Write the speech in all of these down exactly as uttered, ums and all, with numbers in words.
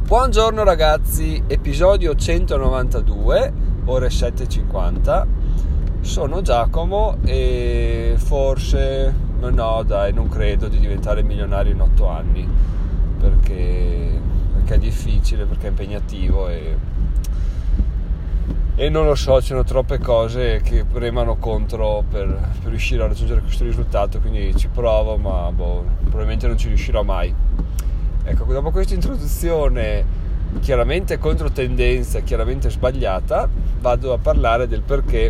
Buongiorno ragazzi, episodio centonovantadue, ore sette e cinquanta. Sono Giacomo e forse, no dai, non credo di diventare milionario in otto anni, perché, perché è difficile, perché è impegnativo e, e non lo so, ci sono troppe cose che remano contro per, per riuscire a raggiungere questo risultato, quindi ci provo, ma boh, probabilmente non ci riuscirò mai. Ecco, dopo questa introduzione chiaramente controtendenza, chiaramente sbagliata, vado a parlare del perché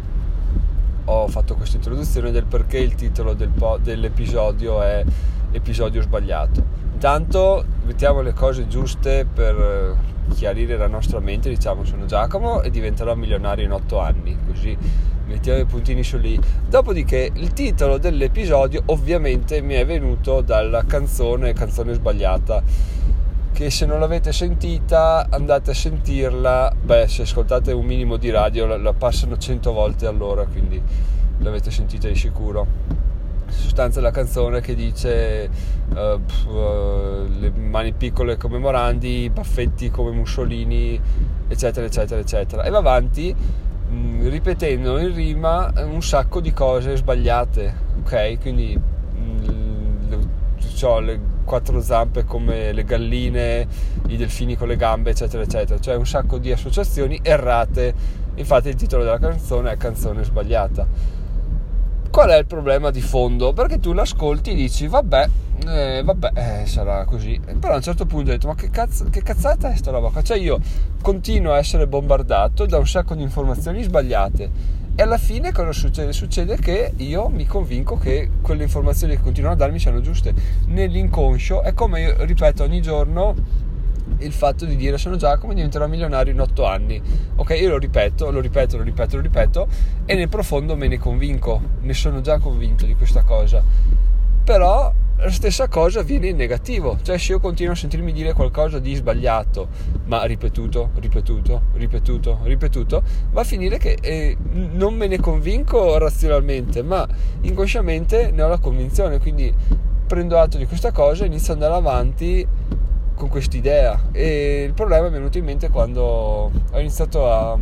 ho fatto questa introduzione, del perché il titolo del po- dell'episodio è episodio sbagliato. Intanto mettiamo le cose giuste per chiarire la nostra mente. Diciamo: sono Giacomo e diventerò milionario in otto anni, così mettiamo i puntini su lì. Dopodiché il titolo dell'episodio ovviamente mi è venuto dalla canzone canzone sbagliata, che se non l'avete sentita andate a sentirla. Beh, se ascoltate un minimo di radio la, la passano cento volte all'ora, quindi l'avete sentita di sicuro. In sostanza la canzone che dice uh, pff, uh, le mani piccole come Morandi, baffetti come Mussolini, eccetera eccetera eccetera, e va avanti mh, ripetendo in rima un sacco di cose sbagliate, ok? Quindi mh, le, cioè, le quattro zampe come le galline, i delfini con le gambe, eccetera eccetera, cioè un sacco di associazioni errate. Infatti il titolo della canzone è canzone sbagliata. Qual è il problema di fondo? Perché tu l'ascolti e dici vabbè, eh, vabbè, eh, sarà così, però a un certo punto ho detto ma che, cazzo, che cazzata è sta roba qua? Cioè io continuo a essere bombardato da un sacco di informazioni sbagliate e alla fine cosa succede? Succede che io mi convinco che quelle informazioni che continuano a darmi siano giuste. Nell'inconscio è come io ripeto ogni giorno il fatto di dire sono Giacomo e diventerò milionario in otto anni. Ok, io lo ripeto, lo ripeto, lo ripeto, lo ripeto e nel profondo me ne convinco, ne sono già convinto di questa cosa. Però la stessa cosa avviene in negativo, cioè se io continuo a sentirmi dire qualcosa di sbagliato, ma ripetuto, ripetuto, ripetuto, ripetuto, va a finire che eh, non me ne convinco razionalmente, ma inconsciamente ne ho la convinzione, quindi prendo atto di questa cosa e inizio ad andare avanti con quest'idea. E il problema è venuto in mente quando ho iniziato a,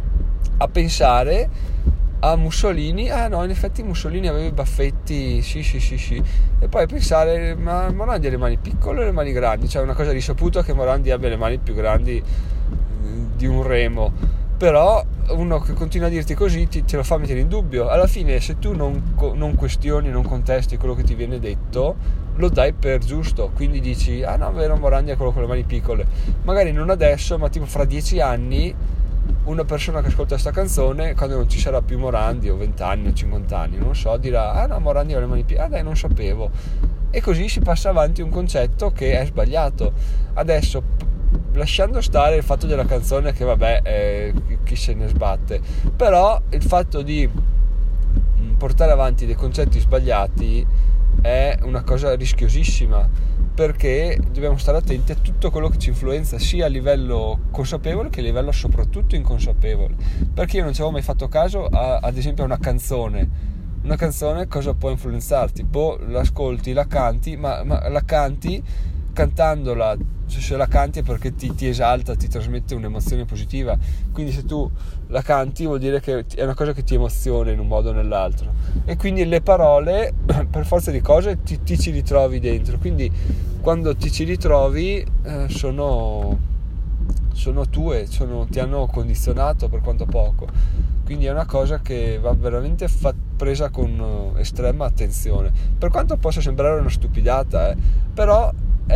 a pensare a Mussolini. Ah no, in effetti Mussolini aveva i baffetti, sì sì sì sì, e poi pensare ma Morandi ha le mani piccole o le mani grandi? Cioè è una cosa risaputa che Morandi abbia le mani più grandi di un remo, però uno che continua a dirti così ti, te lo fa mettere in dubbio. Alla fine se tu non, non questioni, non contesti quello che ti viene detto, lo dai per giusto, quindi dici ah no, vero, Morandi è quello con le mani piccole. Magari non adesso, ma tipo fra dieci anni una persona che ascolta questa canzone, quando non ci sarà più Morandi, o vent'anni o cinquanta anni, non so, dirà ah no, Morandi ha le mani piccole, ah dai, non sapevo. E così si passa avanti un concetto che è sbagliato. Adesso, lasciando stare il fatto della canzone che vabbè, eh, chi se ne sbatte, però il fatto di portare avanti dei concetti sbagliati è una cosa rischiosissima, perché dobbiamo stare attenti a tutto quello che ci influenza, sia a livello consapevole che a livello soprattutto inconsapevole. Perché io non ci avevo mai fatto caso a, ad esempio a una canzone una canzone cosa può influenzarti? Boh, l'ascolti, la canti, ma, ma la canti cantandola, se la canti è perché ti, ti esalta, ti trasmette un'emozione positiva, quindi se tu la canti vuol dire che è una cosa che ti emoziona in un modo o nell'altro, e quindi le parole per forza di cose ti, ti ci ritrovi dentro, quindi quando ti ci ritrovi eh, sono, sono tue, sono, ti hanno condizionato per quanto poco, quindi è una cosa che va veramente fa, presa con estrema attenzione, per quanto possa sembrare una stupidata, eh, però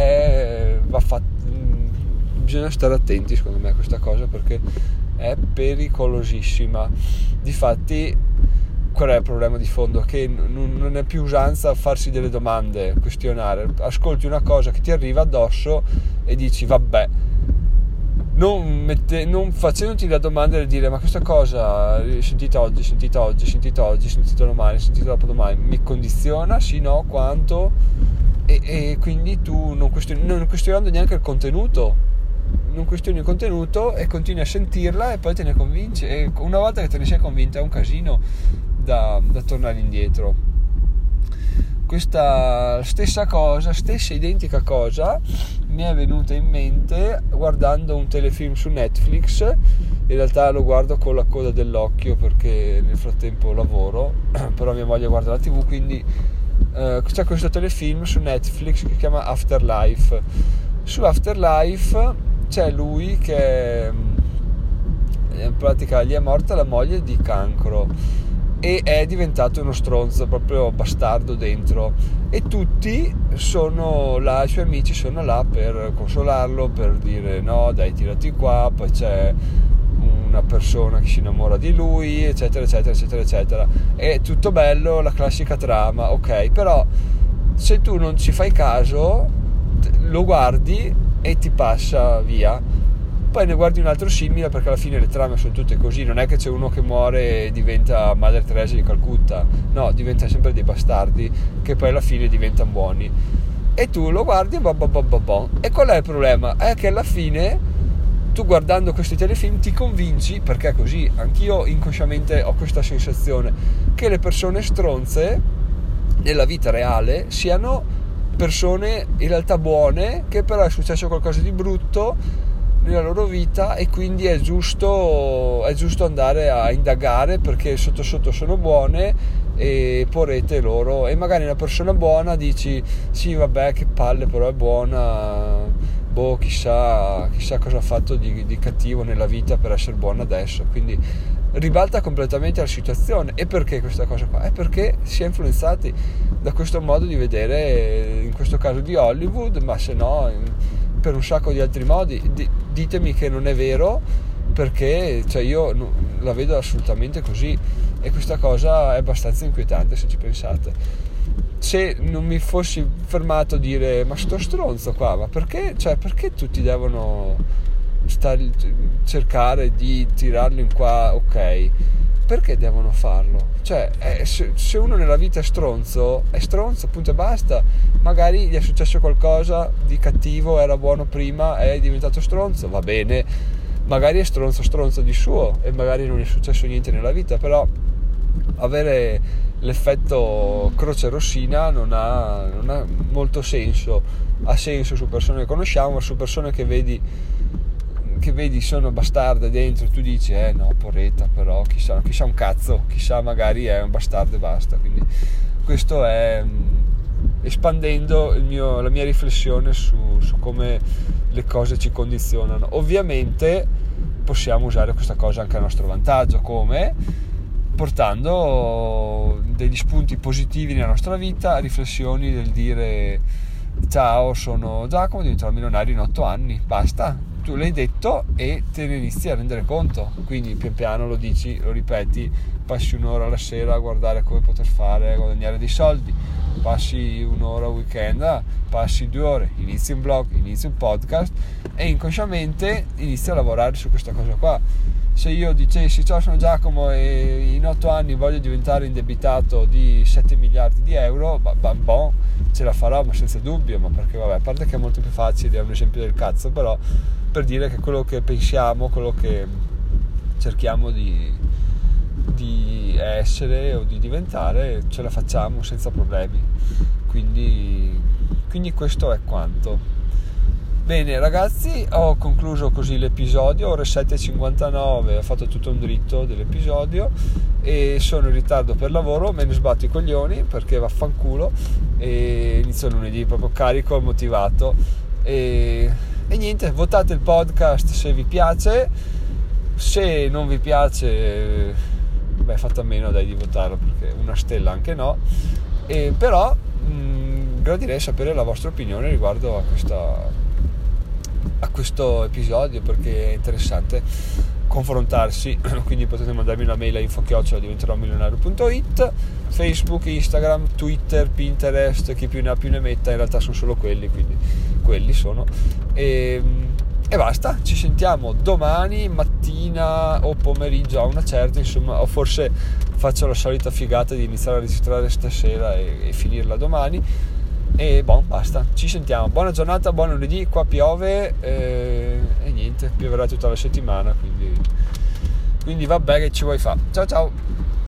è, va fatto, bisogna stare attenti secondo me a questa cosa, perché è pericolosissima. Difatti qual è il problema di fondo? Che n- non è più usanza farsi delle domande, questionare. Ascolti una cosa che ti arriva addosso e dici vabbè, non, mette, non facendoti la domanda di dire ma questa cosa sentita oggi, sentita oggi, sentita oggi, sentita domani, sentita dopodomani mi condiziona, sì, no, quanto? E, e quindi tu non, question- non questionando neanche il contenuto, non questioni il contenuto e continui a sentirla e poi te ne convinci, e una volta che te ne sei convinto è un casino da, da tornare indietro. Questa stessa cosa, stessa identica cosa mi è venuta in mente guardando un telefilm su Netflix. In realtà lo guardo con la coda dell'occhio perché nel frattempo lavoro, però mia moglie guarda la tv, quindi eh, c'è questo telefilm su Netflix che si chiama Afterlife. Su Afterlife c'è lui che in pratica gli è morta la moglie di cancro e è diventato uno stronzo, proprio bastardo dentro, e tutti sono là, i suoi amici sono là per consolarlo, per dire no dai, tirati qua, poi c'è una persona che si innamora di lui, eccetera eccetera eccetera eccetera. È tutto bello, la classica trama, ok, però se tu non ci fai caso lo guardi e ti passa via. Poi ne guardi un altro simile, perché alla fine le trame sono tutte così, non è che c'è uno che muore e diventa Madre Teresa di Calcutta, no, diventa sempre dei bastardi che poi alla fine diventano buoni, e tu lo guardi e boh boh boh boh boh. E qual è il problema? È che alla fine tu, guardando questi telefilm, ti convinci, perché è così, anch'io inconsciamente ho questa sensazione, che le persone stronze nella vita reale siano persone in realtà buone, che però è successo qualcosa di brutto nella loro vita e quindi è giusto è giusto andare a indagare, perché sotto sotto sono buone e porrete loro. E magari una persona buona dici sì vabbè che palle, però è buona, boh, chissà chissà cosa ha fatto di, di cattivo nella vita per essere buona adesso, quindi ribalta completamente la situazione. E perché questa cosa qua? È perché si è influenzati da questo modo di vedere, in questo caso di Hollywood, ma se no per un sacco di altri modi. D- ditemi che non è vero, perché cioè io no, la vedo assolutamente così, e questa cosa è abbastanza inquietante se ci pensate. Se non mi fossi fermato a dire ma sto stronzo qua, ma perché, cioè perché tutti devono stare, cercare di tirarlo in qua, ok, perché devono farlo? Cioè eh, se, se uno nella vita è stronzo è stronzo, punto e basta. Magari gli è successo qualcosa di cattivo, era buono prima, è diventato stronzo, va bene, magari è stronzo stronzo di suo e magari non è successo niente nella vita, però avere l'effetto croce rossina non ha, non ha molto senso. Ha senso su persone che conosciamo, ma su persone che vedi che vedi sono bastarde dentro, tu dici eh no, porretta, però chissà, chissà un cazzo, chissà, magari è un bastardo e basta. Quindi questo è espandendo il mio, la mia riflessione su, su come le cose ci condizionano. Ovviamente possiamo usare questa cosa anche a nostro vantaggio, come portando degli spunti positivi nella nostra vita, riflessioni del dire ciao, sono Giacomo, diventerò milionario in otto anni, basta. Tu l'hai detto e te ne inizi a rendere conto, quindi pian piano lo dici, lo ripeti, passi un'ora alla sera a guardare come poter fare, a guadagnare dei soldi, passi un'ora al weekend, passi due ore, inizi un blog, inizi un podcast e inconsciamente inizi a lavorare su questa cosa qua. Se io dicessi ciao, sono Giacomo e in otto anni voglio diventare indebitato di sette miliardi di euro, bah, bah, bon, ce la farò, ma senza dubbio, ma perché vabbè, a parte che è molto più facile, è un esempio del cazzo, però per dire che quello che pensiamo, quello che cerchiamo di, di essere o di diventare, ce la facciamo senza problemi. Quindi, quindi questo è quanto. Bene ragazzi, ho concluso così l'episodio, ore sette e cinquantanove, ho fatto tutto un dritto dell'episodio e sono in ritardo per lavoro, me ne sbatto i coglioni perché vaffanculo, e inizio lunedì proprio carico e motivato. E, e niente, votate il podcast se vi piace, se non vi piace beh, fate a meno dai di votarlo, perché una stella anche no, e però mh, gradirei sapere la vostra opinione riguardo a questa a questo episodio, perché è interessante confrontarsi. Quindi potete mandarmi una mail a info chiocciola diventerò milionario punto it, Facebook, Instagram, Twitter, Pinterest, chi più ne ha più ne metta, in realtà sono solo quelli, quindi quelli sono, e, e basta. Ci sentiamo domani mattina o pomeriggio a una certa, insomma, o forse faccio la solita figata di iniziare a registrare stasera e, e finirla domani. E boh, basta, ci sentiamo, buona giornata, buon lunedì. Qua piove eh, e niente, pioverà tutta la settimana, quindi, quindi vabbè, che ci vuoi fare. Ciao ciao.